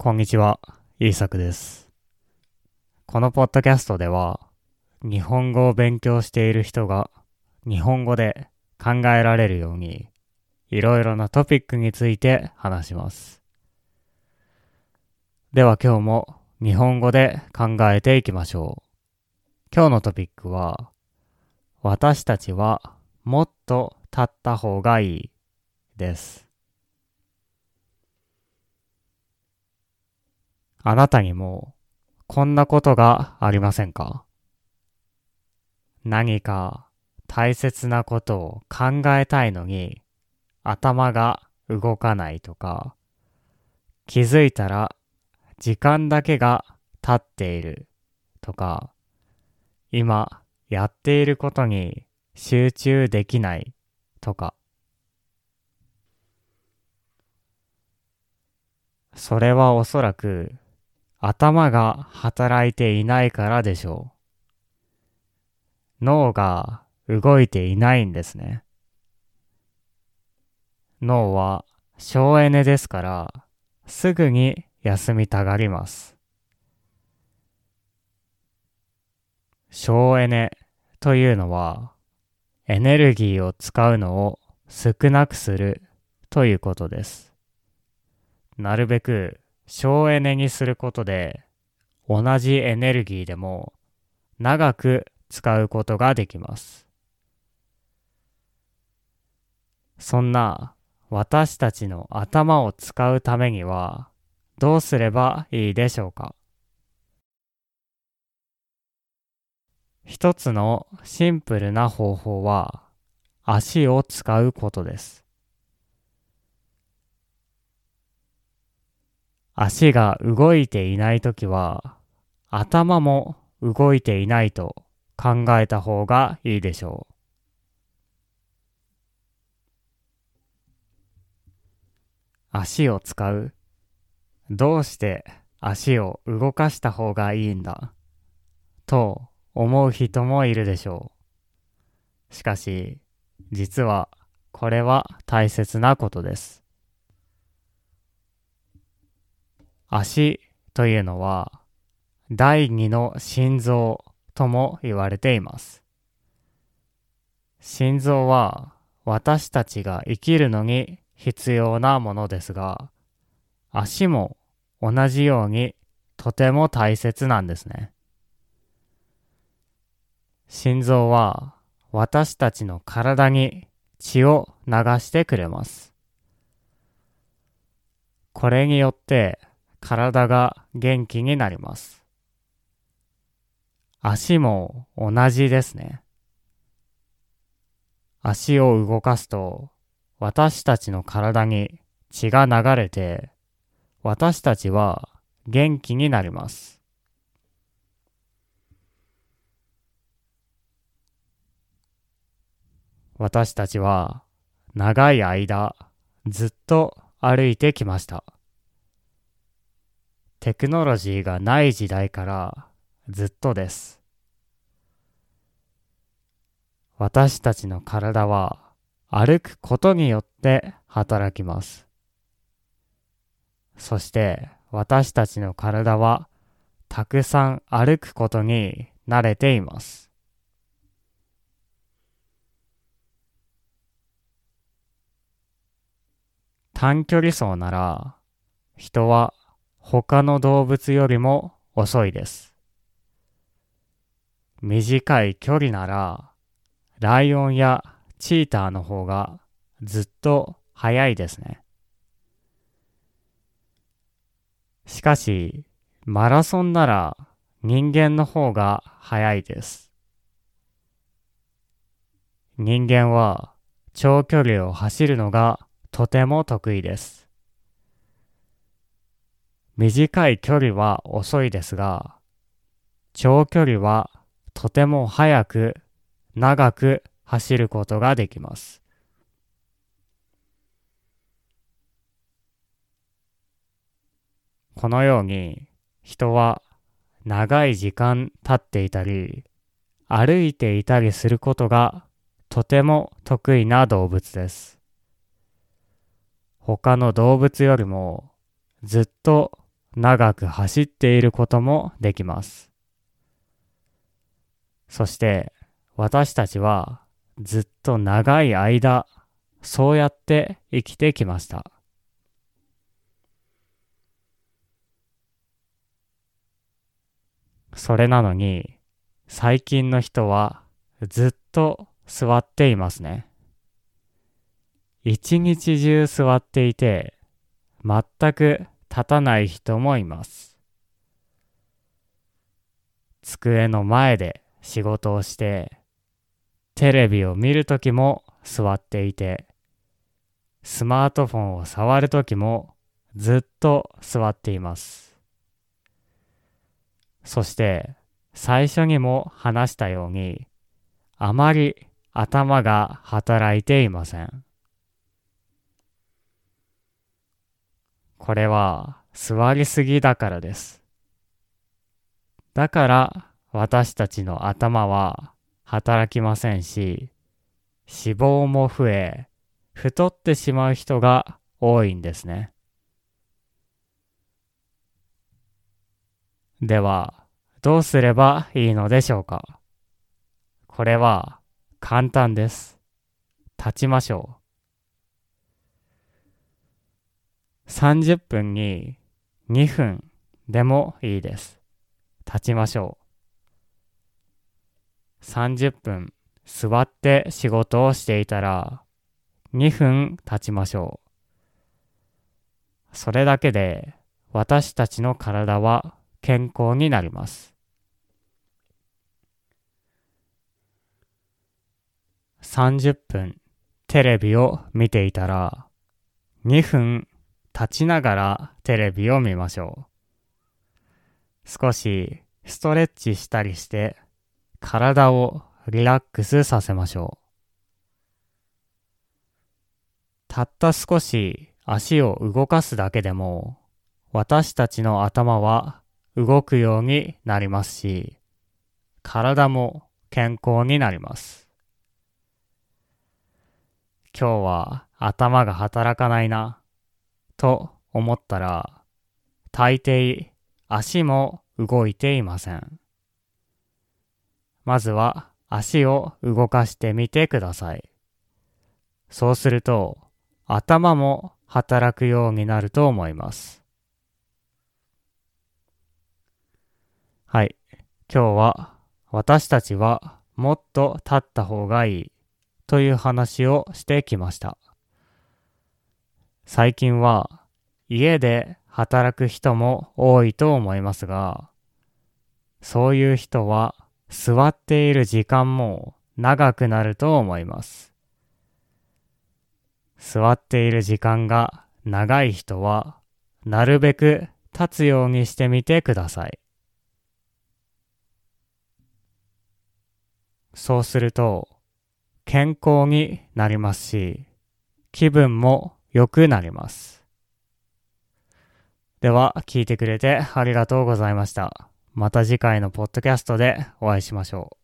こんにちは、イーサクです。このポッドキャストでは、日本語を勉強している人が日本語で考えられるように、いろいろなトピックについて話します。では今日も日本語で考えていきましょう。今日のトピックは、私たちはもっと立った方がいいです。あなたにもこんなことがありませんか？何か大切なことを考えたいのに頭が動かないとか、気づいたら時間だけが経っているとか、今やっていることに集中できないとか、それはおそらく頭が働いていないからでしょう。脳が動いていないんですね。脳は省エネですから、すぐに休みたがります。省エネというのは、エネルギーを使うのを少なくするということです。なるべく省エネにすることで、同じエネルギーでも長く使うことができます。そんな私たちの頭を使うためにはどうすればいいでしょうか？一つのシンプルな方法は足を使うことです。足が動いていないときは頭も動いていないと考えた方がいいでしょう。足を使う。どうして足を動かした方がいいんだと思う人もいるでしょう。しかし、実はこれは大切なことです。足というのは第二の心臓とも言われています。心臓は私たちが生きるのに必要なものですが、足も同じようにとても大切なんですね。心臓は私たちの体に血を流してくれます。これによって体が元気になります。足も同じですね。足を動かすと私たちの体に血が流れて私たちは元気になります。私たちは長い間ずっと歩いてきました。テクノロジーがない時代からずっとです。私たちの体は歩くことによって働きます。そして私たちの体はたくさん歩くことに慣れています。短距離走なら人は他の動物よりも遅いです。短い距離ならライオンやチーターの方がずっと速いですね。しかしマラソンなら人間の方が速いです。人間は長距離を走るのがとても得意です。短い距離は遅いですが、長距離はとても速く長く走ることができます。このように人は長い時間経っていたり歩いていたりすることがとても得意な動物です。他の動物よりもずっと長く走っていることもできます。そして私たちはずっと長い間、そうやって生きてきました。それなのに、最近の人はずっと座っていますね。一日中座っていて、全く立たない人もいます。机の前で仕事をして、テレビを見るときも座っていて、スマートフォンを触るときもずっと座っています。そして最初にも話したように、あまり頭が働いていません。これは座りすぎだからです。だから私たちの頭は働きませんし、脂肪も増え、太ってしまう人が多いんですね。では、どうすればいいのでしょうか。これは簡単です。立ちましょう。30分に2分でもいいです。立ちましょう。30分座って仕事をしていたら2分立ちましょう。それだけで私たちの体は健康になります。30分テレビを見ていたら2分立ちながらテレビを見ましょう。少しストレッチしたりして体をリラックスさせましょう。たった少し足を動かすだけでも私たちの頭は動くようになりますし、体も健康になります。今日は頭が働かないなと思ったら、大抵足も動いていません。まずは足を動かしてみてください。そうすると頭も働くようになると思います。はい。今日は私たちはもっと立った方がいいという話をしてきました。最近は家で働く人も多いと思いますが、そういう人は座っている時間も長くなると思います。座っている時間が長い人はなるべく立つようにしてみてください。そうすると健康になりますし、気分も良くなります。では、聞いてくれてありがとうございました。また次回のポッドキャストでお会いしましょう。